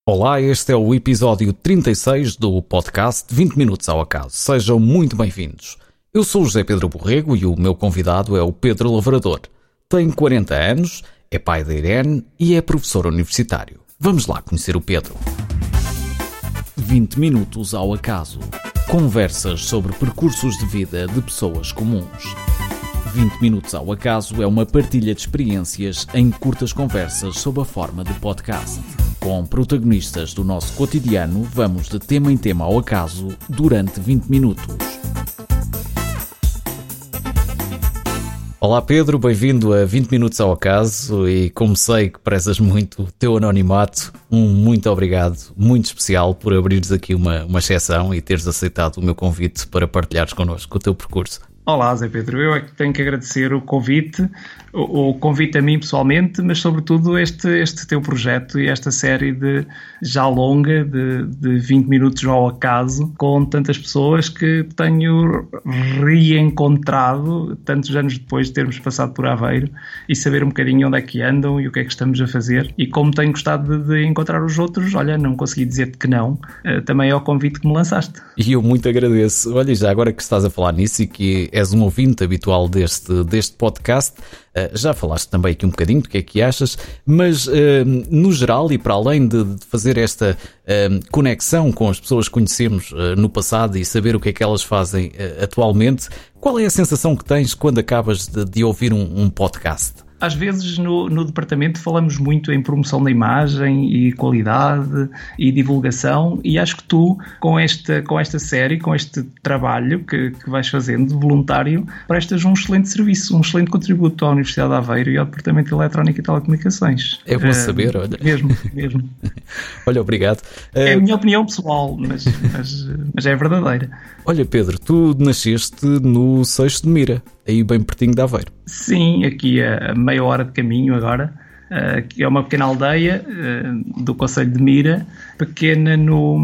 Olá, este é o episódio 36 do podcast 20 Minutos ao Acaso. Sejam muito bem-vindos. Eu sou o José Pedro Borrego e o meu convidado é o Pedro Lavrador. Tem 40 anos, é pai da Irene e é professor universitário. Vamos lá conhecer o Pedro. 20 Minutos ao Acaso. Conversas sobre percursos de vida de pessoas comuns. 20 Minutos ao Acaso é uma partilha de experiências em curtas conversas sob a forma de podcast. Com protagonistas do nosso cotidiano, vamos de tema em tema ao acaso durante 20 minutos. Olá Pedro, bem-vindo a 20 Minutos ao Acaso e como sei que prezas muito o teu anonimato, muito obrigado, muito especial por abrires aqui uma exceção e teres aceitado o meu convite para partilhares connosco o teu percurso. Olá, Zé Pedro. Eu é que tenho que agradecer o convite a mim pessoalmente, mas sobretudo este teu projeto e esta série de já longa de 20 minutos ao acaso, com tantas pessoas que tenho reencontrado tantos anos depois de termos passado por Aveiro e saber um bocadinho onde é que andam e o que é que estamos a fazer. E como tenho gostado de encontrar os outros, olha, não consegui dizer-te que não, também é o convite que me lançaste. E eu muito agradeço. Olha, já agora que estás a falar nisso e que és um ouvinte habitual deste podcast, já falaste também aqui um bocadinho do que é que achas, mas no geral e para além de fazer esta conexão com as pessoas que conhecemos no passado e saber o que é que elas fazem atualmente, qual é a sensação que tens quando acabas de ouvir um podcast? Às vezes no departamento falamos muito em promoção da imagem e qualidade e divulgação, e acho que tu, com esta série, com este trabalho que vais fazendo de voluntário, prestas um excelente serviço, um excelente contributo à Universidade de Aveiro e ao Departamento de Eletrónica e Telecomunicações. É bom saber, olha. Mesmo. Olha, obrigado. É a minha opinião pessoal, mas é verdadeira. Olha, Pedro, tu nasceste no Seixo de Mira, aí bem pertinho de Aveiro. Sim, aqui a meia hora de caminho agora, que é uma pequena aldeia do concelho de Mira, pequena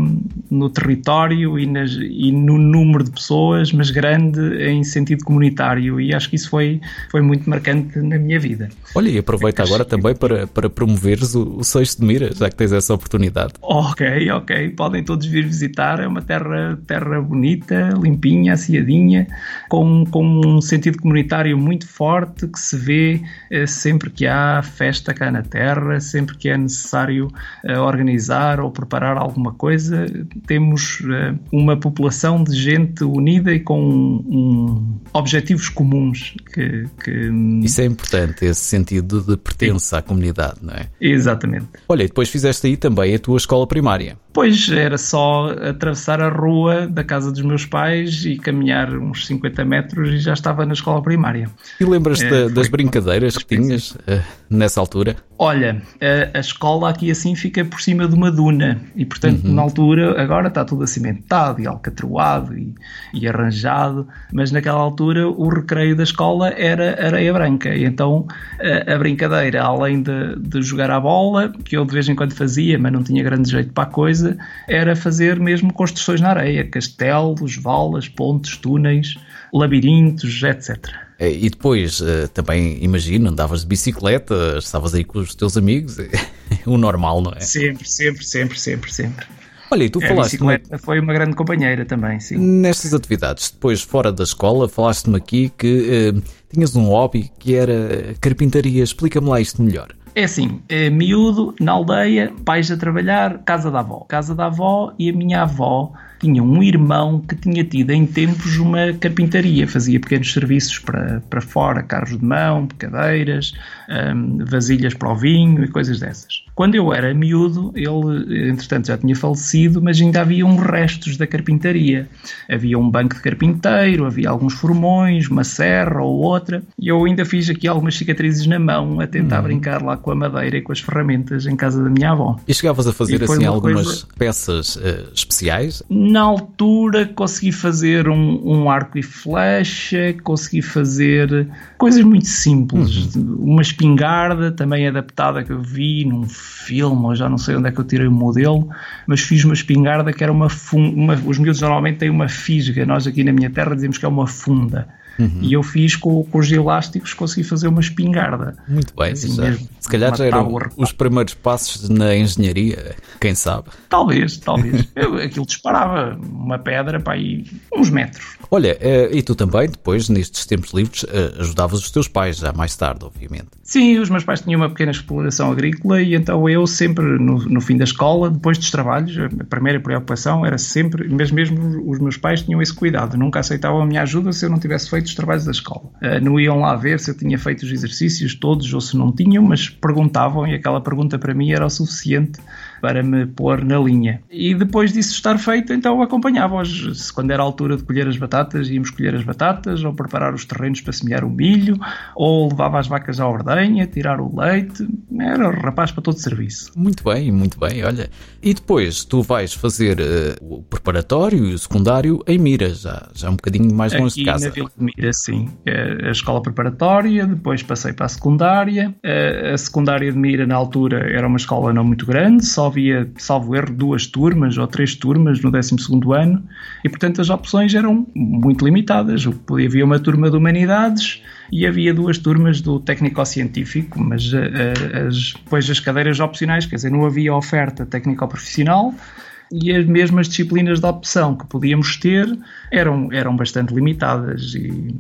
no território e no número de pessoas, mas grande em sentido comunitário, e acho que isso foi muito marcante na minha vida. Olha, e aproveita agora também para promoveres o Seixo de Mira, já que tens essa oportunidade. Ok, podem todos vir visitar, é uma terra bonita, limpinha, asseadinha, com um sentido comunitário muito forte, que se vê sempre que há festa cá na terra, sempre que é necessário organizar ou preparar alguma coisa, temos uma população de gente unida e com objetivos comuns. Isso é importante, esse sentido de pertença à comunidade, não é? Exatamente. Olha, e depois fizeste aí também a tua escola primária. Pois, era só atravessar a rua da casa dos meus pais e caminhar uns 50 metros e já estava na escola primária. E lembras-te das brincadeiras que tinhas nessa altura? Olha, a escola aqui assim fica por cima de uma duna e, portanto, na altura, agora está tudo acimentado e alcatroado e arranjado, mas naquela altura o recreio da escola era areia branca, e então a brincadeira, além de jogar à bola, que eu de vez em quando fazia, mas não tinha grande jeito para a coisa, era fazer mesmo construções na areia, castelos, valas, pontes, túneis, labirintos, etc. E depois, também, imagino, andavas de bicicleta, estavas aí com os teus amigos, o normal, não é? Sempre. Olha, e tu falaste... A bicicleta foi uma grande companheira também, sim. Nestas atividades, depois, fora da escola, falaste-me aqui que tinhas um hobby que era carpintaria. Explica-me lá isto melhor. É assim, miúdo, na aldeia, pais a trabalhar, casa da avó. Casa da avó, e a minha avó tinha um irmão que tinha tido em tempos uma carpintaria, fazia pequenos serviços para fora, carros de mão, cadeiras, vasilhas para o vinho e coisas dessas. Quando eu era miúdo, ele, entretanto, já tinha falecido, mas ainda havia uns restos da carpintaria. Havia um banco de carpinteiro, havia alguns formões, uma serra ou outra, e eu ainda fiz aqui algumas cicatrizes na mão a tentar brincar lá com a madeira e com as ferramentas em casa da minha avó. E chegavas a fazer assim algumas peças especiais? Na altura consegui fazer um arco e flecha, consegui fazer coisas muito simples. Uma espingarda também adaptada que eu vi num filme, ou já não sei onde é que eu tirei o modelo, mas fiz uma espingarda que era os miúdos normalmente têm uma fisga, nós aqui na minha terra dizemos que é uma funda. e eu fiz com os elásticos, consegui fazer uma espingarda. Muito bem, assim, se calhar já eram os primeiros passos na engenharia, quem sabe? Talvez. Aquilo disparava uma pedra para aí uns metros. Olha, e tu também, depois, nestes tempos livres, ajudavas os teus pais, já mais tarde, obviamente. Sim, os meus pais tinham uma pequena exploração agrícola e então eu sempre, no fim da escola, depois dos trabalhos, a primeira preocupação era sempre, mesmo os meus pais tinham esse cuidado, nunca aceitavam a minha ajuda se eu não tivesse feito os trabalhos da escola. Não iam lá ver se eu tinha feito os exercícios todos ou se não tinham, mas perguntavam e aquela pergunta para mim era o suficiente para me pôr na linha. E depois disso estar feito, então acompanhava-os. Quando era a altura de colher as batatas, íamos colher as batatas, ou preparar os terrenos para semear o milho, ou levava as vacas à ordenha, tirar o leite. Era rapaz para todo serviço. Muito bem, olha. E depois tu vais fazer o preparatório e o secundário em Mira, já um bocadinho mais longe de casa. Aqui na Vila de Mira, sim. A escola preparatória, depois passei para a secundária. A secundária de Mira, na altura, era uma escola não muito grande, só havia, salvo erro, 2 turmas ou 3 turmas no 12º ano e, portanto, as opções eram muito limitadas. Havia uma turma de Humanidades e havia 2 turmas do Técnico-Científico, mas depois as cadeiras opcionais, quer dizer, não havia oferta técnico-profissional e as mesmas disciplinas de opção que podíamos ter eram bastante limitadas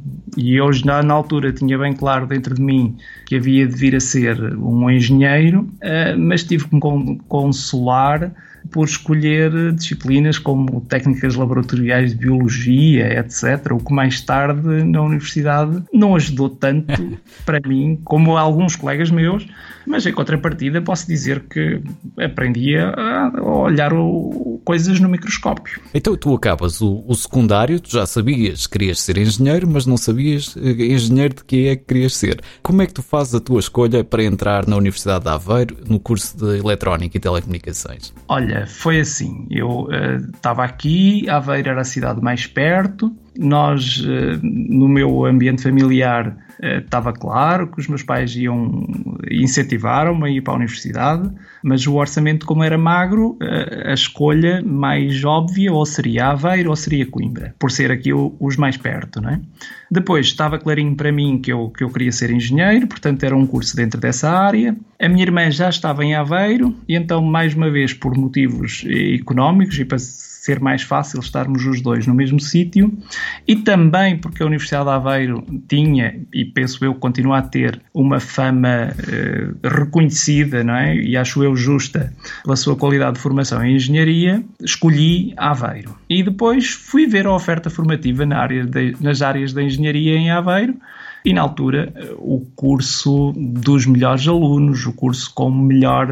e eu na altura tinha bem claro dentro de mim que havia de vir a ser um engenheiro, mas tive que me consolar por escolher disciplinas como técnicas laboratoriais de biologia, etc., o que mais tarde na universidade não ajudou tanto para mim como alguns colegas meus, mas em contrapartida posso dizer que aprendi a olhar coisas no microscópio. Então tu acabas o secundário, tu já sabias que querias ser engenheiro, mas não sabias engenheiro de que é que querias ser. Como é que tu fazes a tua escolha para entrar na Universidade de Aveiro no curso de Eletrónica e Telecomunicações? Olha, foi assim, eu estava aqui, Aveiro era a cidade mais perto, nós, no meu ambiente familiar, estava claro que os meus pais incentivaram-me a ir para a universidade, mas o orçamento, como era magro, a escolha mais óbvia ou seria Aveiro ou seria Coimbra, por ser aqui os mais perto, não é? Depois estava clarinho para mim que eu queria ser engenheiro, portanto era um curso dentro dessa área. A minha irmã já estava em Aveiro e então, mais uma vez, por motivos económicos e para ser mais fácil estarmos os dois no mesmo sítio e também porque a Universidade de Aveiro tinha, e penso eu continua a ter, uma fama reconhecida, não é? E acho eu justa pela sua qualidade de formação em engenharia, escolhi Aveiro. E depois fui ver a oferta formativa nas áreas da engenharia em Aveiro e na altura o curso dos melhores alunos, o curso com melhor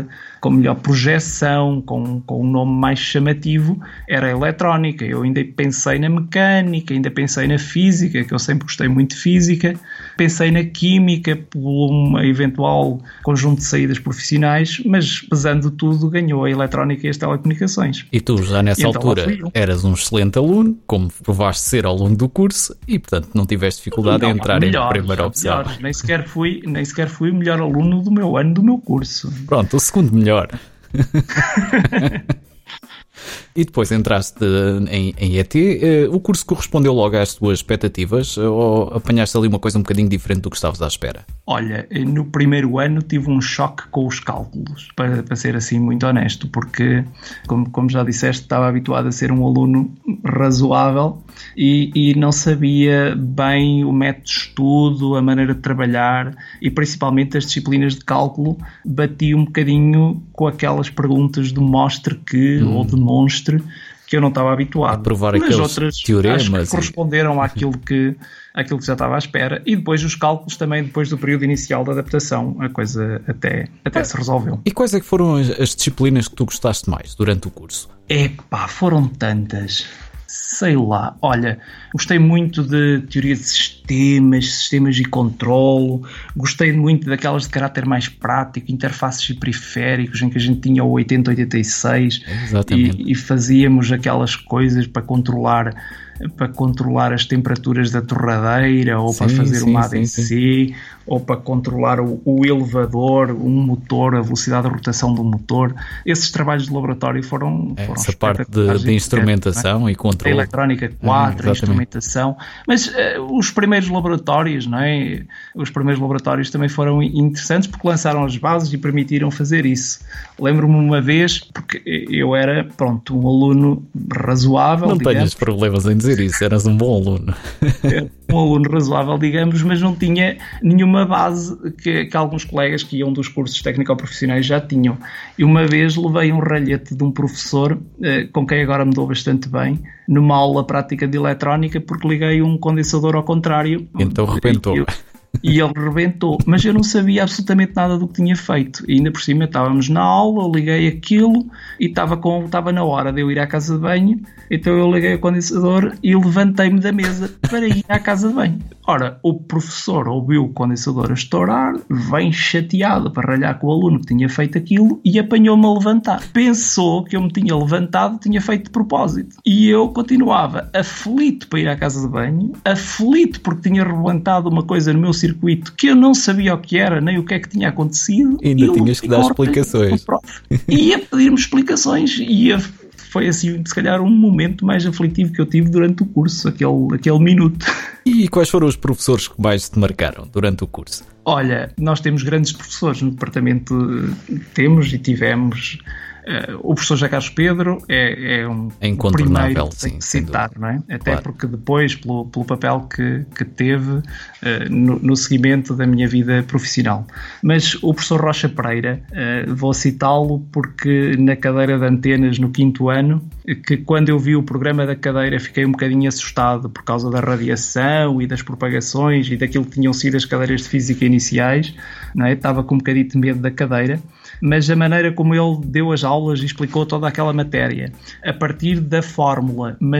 projeção, com um nome mais chamativo, era a eletrónica. Eu ainda pensei na mecânica, ainda pensei na física, que eu sempre gostei muito de física, pensei na química por um eventual conjunto de saídas profissionais, mas pesando tudo ganhou a eletrónica e as telecomunicações. E tu já nessa altura eras um excelente aluno, como provaste ser ao longo do curso e portanto não tiveste dificuldade em entrar em primeira opção. Nem sequer fui o melhor aluno do meu ano, do meu curso. Pronto, o segundo melhor. E depois entraste em ET, o curso correspondeu logo às tuas expectativas ou apanhaste ali uma coisa um bocadinho diferente do que estavas à espera? Olha, no primeiro ano tive um choque com os cálculos, para ser assim muito honesto, porque, como já disseste, estava habituado a ser um aluno razoável e não sabia bem o método de estudo, a maneira de trabalhar e principalmente as disciplinas de cálculo. Bati um bocadinho com aquelas perguntas do mostre que ou demonstre que eu não estava habituado. A provar aqueles outras teoremas. Acho que corresponderam àquilo que já estava à espera. E depois os cálculos também, depois do período inicial da adaptação, a coisa até se resolveu. E quais é que foram as disciplinas que tu gostaste mais durante o curso? Foram tantas. Sei lá, olha, gostei muito de teoria de sistemas e controlo, gostei muito daquelas de caráter mais prático, interfaces e periféricos, em que a gente tinha o 8086 e fazíamos aquelas coisas para controlar para controlar as temperaturas da torradeira, ou para fazer uma ADC, ou para controlar o elevador, um motor, a velocidade de rotação do motor. Esses trabalhos de laboratório foram essa parte de instrumentação, e controle. A eletrónica 4, a instrumentação. Mas os primeiros laboratórios, não é? Os primeiros laboratórios também foram interessantes porque lançaram as bases e permitiram fazer isso. Lembro-me uma vez, porque eu era, um aluno razoável. Não tenhas problemas em dizer isso, eras um bom aluno. Um aluno razoável, digamos, mas não tinha nenhuma base que alguns colegas que iam dos cursos técnico-profissionais já tinham. E uma vez levei um ralhete de um professor, com quem agora me dou bastante bem, numa aula prática de eletrónica, porque liguei um condensador ao contrário. Então rebentou. E ele rebentou, mas eu não sabia absolutamente nada do que tinha feito. E ainda por cima estávamos na aula, eu liguei aquilo e estava na hora de eu ir à casa de banho, então eu liguei o condensador e levantei-me da mesa para ir à casa de banho. Ora, o professor ouviu o condensador a estourar, vem chateado para ralhar com o aluno que tinha feito aquilo e apanhou-me a levantar. Pensou que eu me tinha levantado, tinha feito de propósito. E eu continuava aflito para ir à casa de banho, aflito porque tinha rebentado uma coisa no meu circuito que eu não sabia o que era, nem o que é que tinha acontecido. E ainda tinhas que dar explicações. E ia pedir-me explicações e foi assim, se calhar, um momento mais aflitivo que eu tive durante o curso, aquele minuto. E quais foram os professores que mais te marcaram durante o curso? Olha, nós temos grandes professores no departamento, temos e tivemos. O professor José Carlos Pedro é incontornável, sim, citar, não é? Até claro. Porque depois, pelo papel que teve no seguimento da minha vida profissional. Mas o professor Rocha Pereira, vou citá-lo porque na cadeira de antenas no 5º ano, que quando eu vi o programa da cadeira fiquei um bocadinho assustado por causa da radiação e das propagações e daquilo que tinham sido as cadeiras de física iniciais, não é? Estava com um bocadinho de medo da cadeira, mas a maneira como ele deu as aulas e explicou toda aquela matéria, a partir da fórmula, mas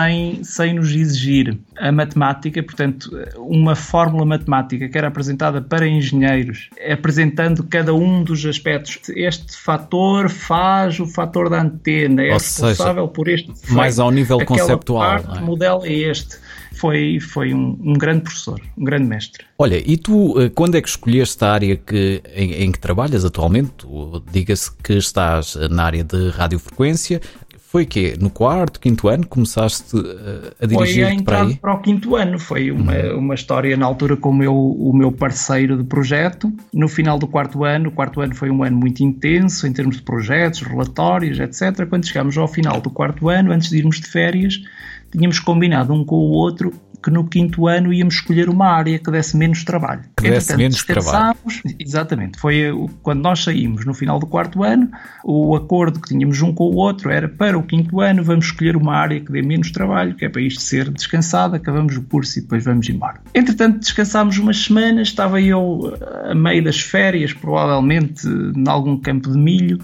sem nos exigir a matemática, portanto, uma fórmula matemática que era apresentada para engenheiros, apresentando cada um dos aspectos. Este fator faz o fator da antena, é responsável por este defeito. Mais ao nível conceptual. Parte, o modelo é este. Foi um grande professor, um grande mestre. Olha, e tu, quando é que escolheste a área em que trabalhas atualmente? Diga-se que estás na área de radiofrequência. Foi que no 4º, 5º ano começaste a dirigir-te para aí? Para o 5º ano. Foi uma história na altura com o meu parceiro de projeto. No final do 4º ano, o 4º ano foi um ano muito intenso em termos de projetos, relatórios, etc. Quando chegámos ao final do 4º ano, antes de irmos de férias, tínhamos combinado um com o outro que no 5º ano íamos escolher uma área que desse menos trabalho. Que desse menos trabalho. Exatamente. Foi quando nós saímos no final do 4º ano, o acordo que tínhamos um com o outro era para o 5º ano vamos escolher uma área que dê menos trabalho, que é para isto ser descansado, acabamos o curso e depois vamos embora. Entretanto, descansámos umas semanas, estava eu a meio das férias, provavelmente em algum campo de milho,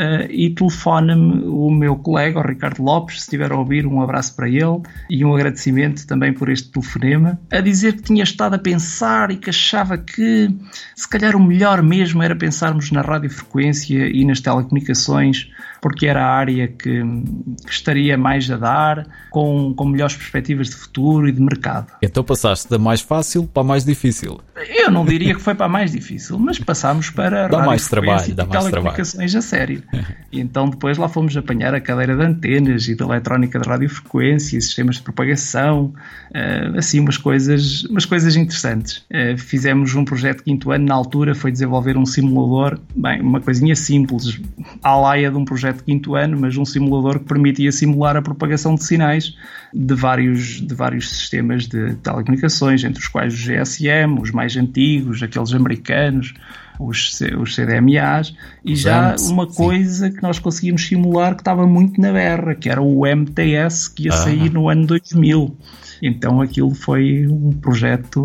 e telefona-me o meu colega, o Ricardo Lopes, se estiver a ouvir, um abraço para ele e um agradecimento também por este telefonema, a dizer que tinha estado a pensar e que achava que se calhar o melhor mesmo era pensarmos na radiofrequência e nas telecomunicações, porque era a área que estaria mais a dar, com melhores perspectivas de futuro e de mercado. Então passaste da mais fácil para a mais difícil. Eu não diria que foi para a mais difícil, mas passámos para dá mais trabalho, dá mais telecomunicações a sério. E então depois lá fomos apanhar a cadeira de antenas e de eletrónica de radiofrequência, sistemas de propagação, assim umas coisas interessantes. Fizemos um projeto de 5º ano, na altura foi desenvolver um simulador, bem, uma coisinha simples, à laia de um projeto de 5º ano, mas um simulador que permitia simular a propagação de sinais de vários sistemas de telecomunicações, entre os quais os GSM, os mais antigos, aqueles americanos, os CDMAs, e já uma coisa que nós conseguimos simular que estava muito na berra, que era o MTS, que ia sair no ano 2000. Então aquilo foi um projeto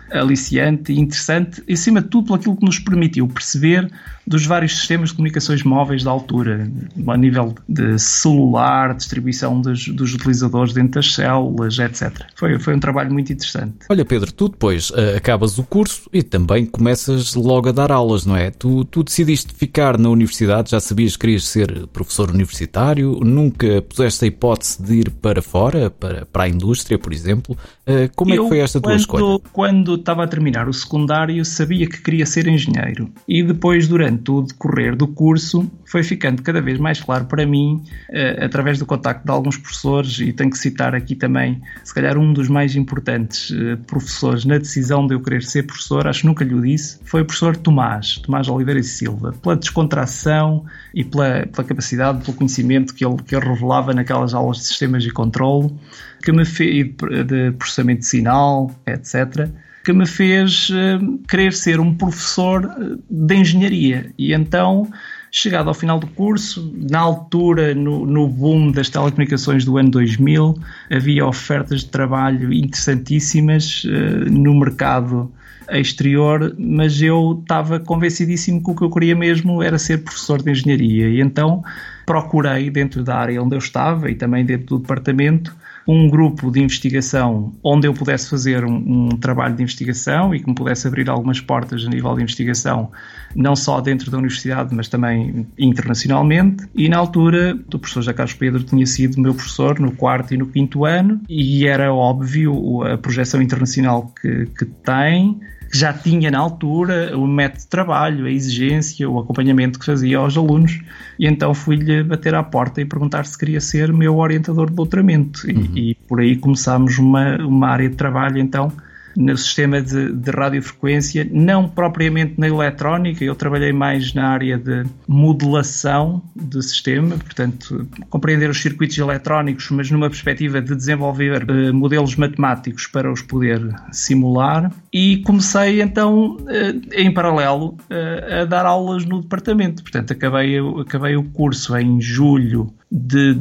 aliciante e interessante, e acima de tudo por aquilo que nos permitiu perceber dos vários sistemas de comunicações móveis da altura, a nível de celular, distribuição dos utilizadores dentro das células, etc. Foi um trabalho muito interessante. Olha, Pedro, tu depois acabas o curso e também começas logo a dar aulas, não é? Tu decidiste ficar na universidade, já sabias que querias ser professor universitário, nunca puseste a hipótese de ir para fora, para a indústria, por exemplo. Como é que foi esta tua escolha? Quando estava a terminar o secundário, sabia que queria ser engenheiro e depois, durante o decorrer do curso, foi ficando cada vez mais claro para mim, através do contacto de alguns professores, e tenho que citar aqui também, se calhar um dos mais importantes professores na decisão de eu querer ser professor, acho que nunca lhe o disse, foi o professor Tomás Oliveira e Silva, pela descontração e pela capacidade, pelo conhecimento que ele revelava naquelas aulas de sistemas de controle, que me fez, de processamento de sinal, etc., que me fez querer ser um professor de engenharia. E então, chegado ao final do curso, na altura, no boom das telecomunicações do ano 2000, havia ofertas de trabalho interessantíssimas no mercado exterior, mas eu estava convencidíssimo que o que eu queria mesmo era ser professor de engenharia. E então procurei, dentro da área onde eu estava e também dentro do departamento, um grupo de investigação onde eu pudesse fazer um trabalho de investigação e que me pudesse abrir algumas portas a nível de investigação, não só dentro da universidade, mas também internacionalmente. E na altura, o professor José Carlos Pedro tinha sido meu professor no 4º e no 5º ano, e era óbvio a projeção internacional que tem, que já tinha na altura o método de trabalho, a exigência, o acompanhamento que fazia aos alunos, e então fui-lhe bater à porta e perguntar se queria ser meu orientador de doutoramento. E por aí começámos uma área de trabalho, então, no sistema de radiofrequência, não propriamente na eletrónica. Eu trabalhei mais na área de modelação do sistema, portanto, compreender os circuitos eletrónicos, mas numa perspectiva de desenvolver modelos matemáticos para os poder simular. E comecei, então, em paralelo, a dar aulas no departamento. Portanto, acabei o curso em julho de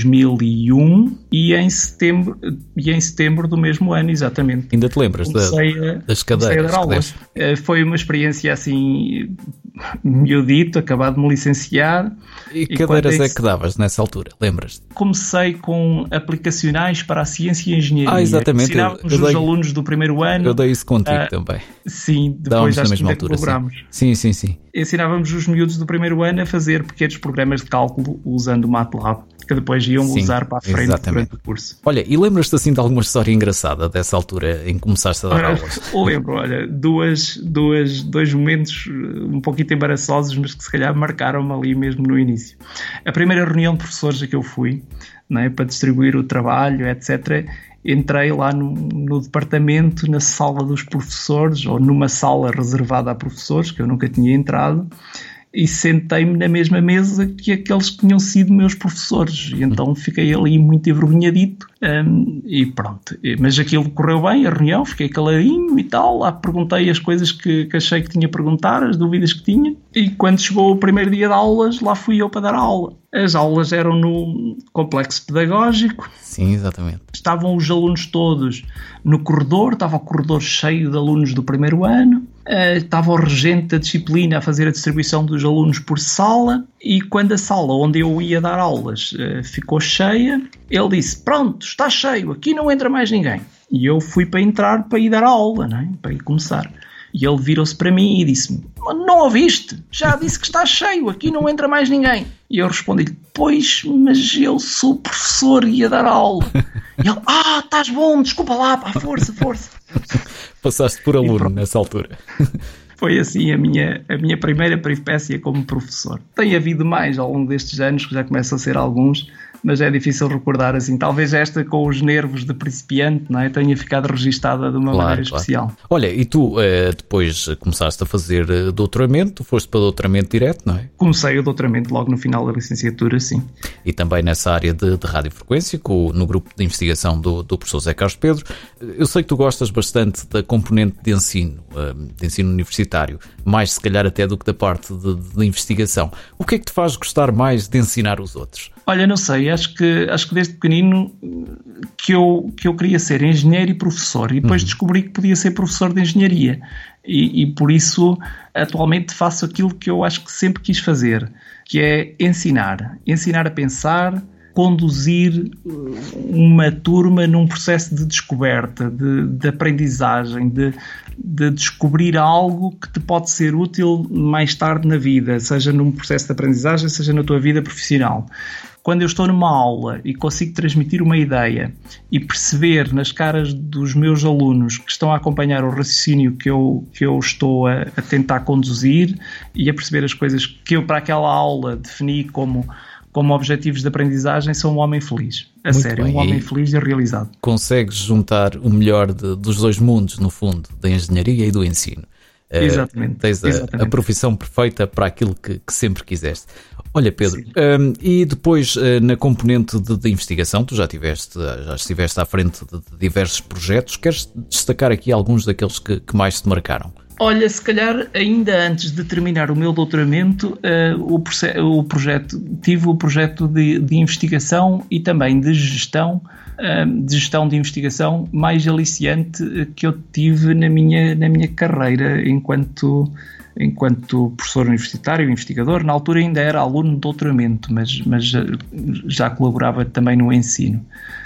2001 e em setembro do mesmo ano, exatamente. Ainda te lembras das cadeiras? Foi uma experiência assim, miudito, acabado de me licenciar. E cadeiras é que davas nessa altura? Lembras-te? Comecei com aplicacionais para a ciência e engenharia. Exatamente. Ensinávamos os alunos do primeiro ano. Eu dei isso contigo também. Sim, depois na mesma altura. Sim. Ensinávamos os miúdos do primeiro ano a fazer pequenos programas de cálculo usando o MATLAB, que depois iam usar para a frente durante o curso. Olha, e lembras-te assim de alguma história engraçada dessa altura em que começaste a dar aulas? Lembro, olha, dois momentos um pouquinho embaraçosos, mas que se calhar marcaram-me ali mesmo no início. A primeira reunião de professores a que eu fui, não é, para distribuir o trabalho, etc., entrei lá no departamento, na sala dos professores, ou numa sala reservada a professores, que eu nunca tinha entrado, e sentei-me na mesma mesa que aqueles que tinham sido meus professores. E então fiquei ali muito envergonhadito, e pronto. Mas aquilo correu bem, a reunião, fiquei caladinho e tal. Lá perguntei as coisas que achei que tinha a perguntar, as dúvidas que tinha. E quando chegou o primeiro dia de aulas, lá fui eu para dar aula. As aulas eram no complexo pedagógico. Sim, exatamente. Estavam os alunos todos no corredor, estava o corredor cheio de alunos do primeiro ano. Estava o regente da disciplina a fazer a distribuição dos alunos por sala, e quando a sala onde eu ia dar aulas ficou cheia, ele disse: pronto, está cheio, aqui não entra mais ninguém. E eu fui para entrar para ir dar a aula, não é? Para ir começar. E ele virou-se para mim e disse-me: não ouviste? Já disse que está cheio, aqui não entra mais ninguém. E eu respondi-lhe: pois, mas eu sou professor e ia dar aula. E ele: estás bom, desculpa lá, pá, força. Passaste por aluno nessa altura. Foi assim a minha primeira peripécia como professor. Tem havido mais ao longo destes anos, que já começam a ser alguns, mas é difícil recordar assim. Talvez esta, com os nervos de principiante, não é, tenha ficado registada de uma maneira especial. Olha, e tu depois começaste a fazer doutoramento, foste para doutoramento direto, não é? Comecei o doutoramento logo no final da licenciatura, sim. E também nessa área de radiofrequência, no grupo de investigação do professor José Carlos Pedro. Eu sei que tu gostas bastante da componente de ensino universitário, universitário, mais se calhar até do que da parte de investigação. O que é que te faz gostar mais de ensinar os outros? Olha, não sei, acho que desde pequenino que eu queria ser engenheiro e professor, e depois descobri que podia ser professor de engenharia, e por isso atualmente faço aquilo que eu acho que sempre quis fazer, que é ensinar a pensar, conduzir uma turma num processo de descoberta, de aprendizagem, de descobrir algo que te pode ser útil mais tarde na vida, seja num processo de aprendizagem, seja na tua vida profissional. Quando eu estou numa aula e consigo transmitir uma ideia e perceber nas caras dos meus alunos que estão a acompanhar o raciocínio que eu estou a tentar conduzir e a perceber as coisas que eu para aquela aula defini como objetivos de aprendizagem, sou um homem feliz. A Muito sério, bem. Um homem feliz e realizado. Consegues juntar o melhor dos dois mundos, no fundo, da engenharia e do ensino. Exatamente. Tens a profissão perfeita para aquilo que sempre quiseste. Olha, Pedro, e depois na componente de investigação, tu já estiveste à frente de diversos projetos. Queres destacar aqui alguns daqueles que mais te marcaram? Olha, se calhar ainda antes de terminar o meu doutoramento, tive o projeto de investigação e também de gestão de investigação mais aliciante que eu tive na minha carreira enquanto professor universitário e investigador. Na altura ainda era aluno de doutoramento, mas já colaborava também no ensino.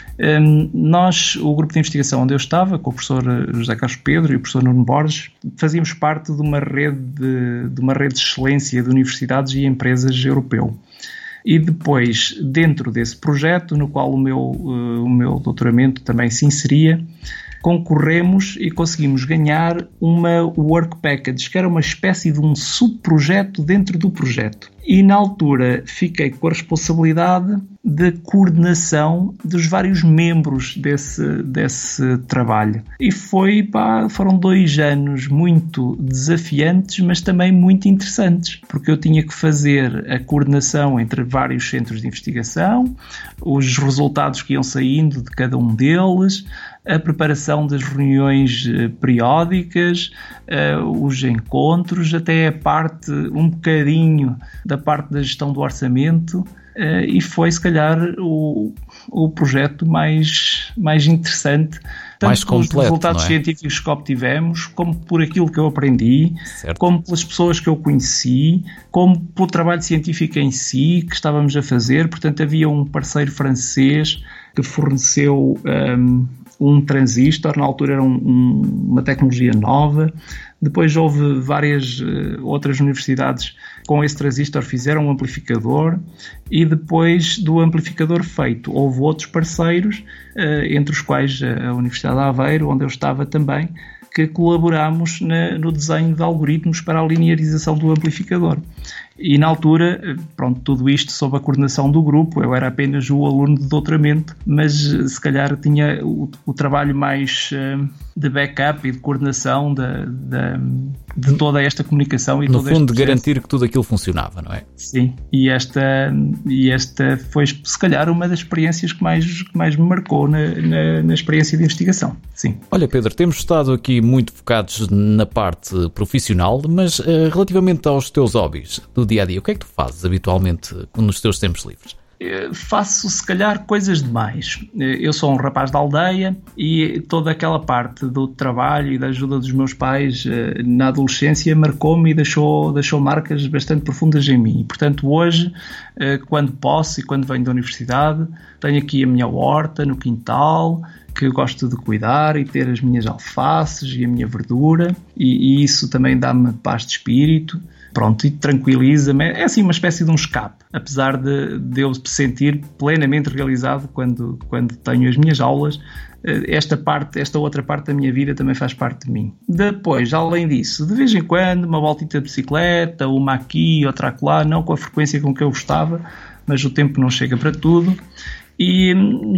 O grupo de investigação onde eu estava, com o professor José Carlos Pedro e o professor Nuno Borges, fazíamos parte de uma rede de excelência de universidades e empresas europeu. E depois, dentro desse projeto, no qual o meu doutoramento também se inseria, concorremos e conseguimos ganhar uma Work Package, que era uma espécie de um subprojeto dentro do projeto. E na altura fiquei com a responsabilidade de coordenação dos vários membros desse trabalho. E foram 2 anos muito desafiantes, mas também muito interessantes, porque eu tinha que fazer a coordenação entre vários centros de investigação, os resultados que iam saindo de cada um deles, a preparação das reuniões periódicas, os encontros, até a parte, um bocadinho da parte da gestão do orçamento, e foi se calhar o projeto mais interessante, tanto mais completo, pelos resultados científicos que obtivemos, como por aquilo que eu aprendi, certo, como pelas pessoas que eu conheci, como pelo trabalho científico em si que estávamos a fazer. Portanto, havia um parceiro francês que forneceu um transistor, na altura era uma tecnologia nova. Depois houve várias outras universidades com esse transistor fizeram um amplificador, e depois do amplificador feito houve outros parceiros, entre os quais a Universidade de Aveiro, onde eu estava também, que colaborámos no desenho de algoritmos para a linearização do amplificador. E na altura, pronto, tudo isto sob a coordenação do grupo. Eu era apenas o aluno de doutoramento, mas se calhar tinha o trabalho mais de backup e de coordenação de toda esta comunicação. E no todo fundo, este de garantir que tudo aquilo funcionava, não é? Sim, e esta foi se calhar uma das experiências que mais me marcou na experiência de investigação. Sim. Olha, Pedro, temos estado aqui muito focados na parte profissional, mas relativamente aos teus hobbies do dia-a-dia, o que é que tu fazes habitualmente nos teus tempos livres? Faço se calhar coisas demais. Eu sou um rapaz da aldeia e toda aquela parte do trabalho e da ajuda dos meus pais na adolescência marcou-me e deixou marcas bastante profundas em mim. E, portanto, hoje, quando posso e quando venho da universidade, tenho aqui a minha horta no quintal, que gosto de cuidar e ter as minhas alfaces e a minha verdura, e isso também dá-me paz de espírito. Pronto, e tranquiliza-me. É assim uma espécie de um escape, apesar de eu me sentir plenamente realizado quando tenho as minhas aulas. Esta outra parte da minha vida também faz parte de mim. Depois, além disso, de vez em quando, uma voltita de bicicleta, uma aqui, outra acolá, não com a frequência com que eu gostava, mas o tempo não chega para tudo. E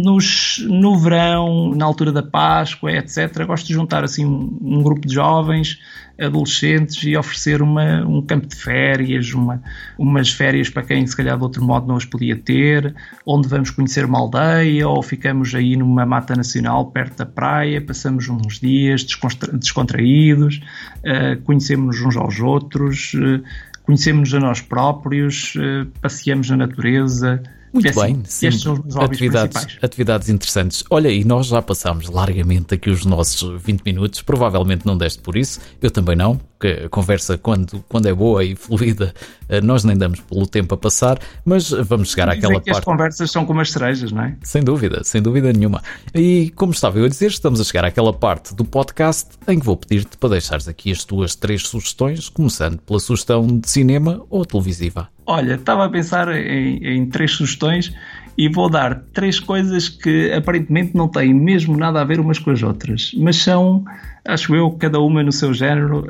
no verão, na altura da Páscoa, etc., gosto de juntar assim um grupo de jovens, adolescentes, e oferecer um campo de férias, umas férias para quem se calhar de outro modo não as podia ter, onde vamos conhecer uma aldeia ou ficamos aí numa mata nacional perto da praia, passamos uns dias descontraídos, conhecemos-nos uns aos outros, conhecemos-nos a nós próprios, passeamos na natureza. Muito bem, sim. Estes são os hobbies principais. Atividades interessantes. Olha, e nós já passámos largamente aqui os nossos 20 minutos, provavelmente não deste por isso, eu também não, porque a conversa quando é boa e fluida, nós nem damos pelo tempo a passar, mas vamos chegar àquela parte... As conversas são como as cerejas, não é? Sem dúvida nenhuma. E como estava eu a dizer, estamos a chegar àquela parte do podcast em que vou pedir-te para deixares aqui as tuas 3 sugestões, começando pela sugestão de cinema ou televisiva. Olha, estava a pensar em 3 sugestões e vou dar 3 coisas que aparentemente não têm mesmo nada a ver umas com as outras, mas são, acho eu, cada uma no seu género,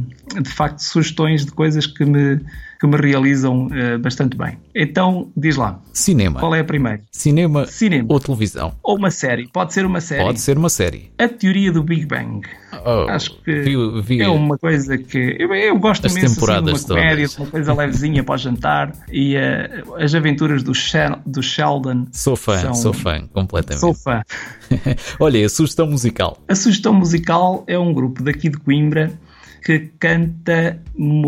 de facto, sugestões de coisas que me realizam bastante bem. Então, diz lá. Cinema. Qual é a primeira? Cinema ou televisão? Ou uma série. Pode ser uma série. Pode ser uma série. A Teoria do Big Bang. Acho que é uma coisa que... Eu gosto as mesmo temporadas assim, uma comédia, uma coisa levezinha para o jantar, e as aventuras do Sheldon. Sou fã, completamente. Sou fã. Olha, a sugestão musical. A sugestão musical é um grupo daqui de Coimbra que canta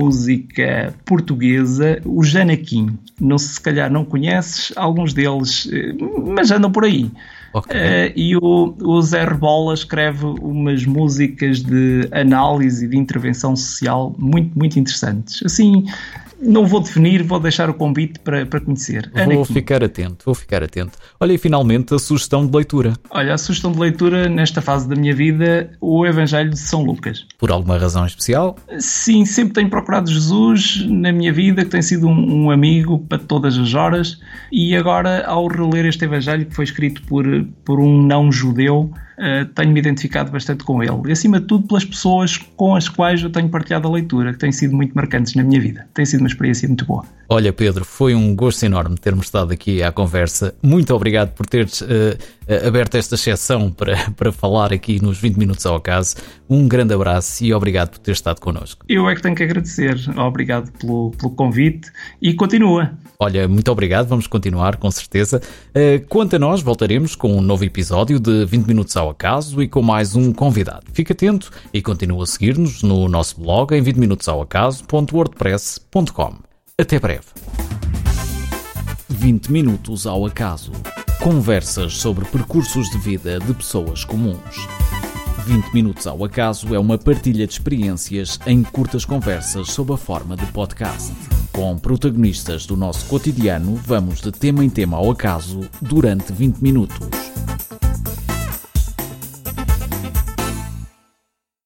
música portuguesa, o Janaquim. Se calhar não conheces alguns deles, mas andam por aí. Okay. E o Zé Rebola escreve umas músicas de análise e de intervenção social muito, muito interessantes. Assim, não vou definir, vou deixar o convite para conhecer. Vou ficar atento. Olha, e finalmente a sugestão de leitura. Olha, a sugestão de leitura nesta fase da minha vida, o Evangelho de São Lucas. Por alguma razão especial? Sim, sempre tenho procurado Jesus na minha vida, que tem sido um amigo para todas as horas, e agora, ao reler este Evangelho, que foi escrito por um não-judeu, tenho-me identificado bastante com ele. E, acima de tudo, pelas pessoas com as quais eu tenho partilhado a leitura, que têm sido muito marcantes na minha vida. Tem sido uma experiência muito boa. Olha, Pedro, foi um gosto enorme termos estado aqui à conversa. Muito obrigado por teres aberto esta exceção para falar aqui nos 20 minutos ao acaso. Um grande abraço e obrigado por teres estado connosco. Eu é que tenho que agradecer. Obrigado pelo convite e continua. Olha, muito obrigado. Vamos continuar, com certeza. Quanto a nós, voltaremos com um novo episódio de 20 minutos ao acaso e com mais um convidado. Fica atento e continua a seguir-nos no nosso blog em 20minutosaoacaso.wordpress.com. Até breve. 20 minutos ao acaso. Conversas sobre percursos de vida de pessoas comuns. 20 minutos ao acaso é uma partilha de experiências em curtas conversas sob a forma de podcast. Com protagonistas do nosso cotidiano, vamos de tema em tema ao acaso durante 20 minutos.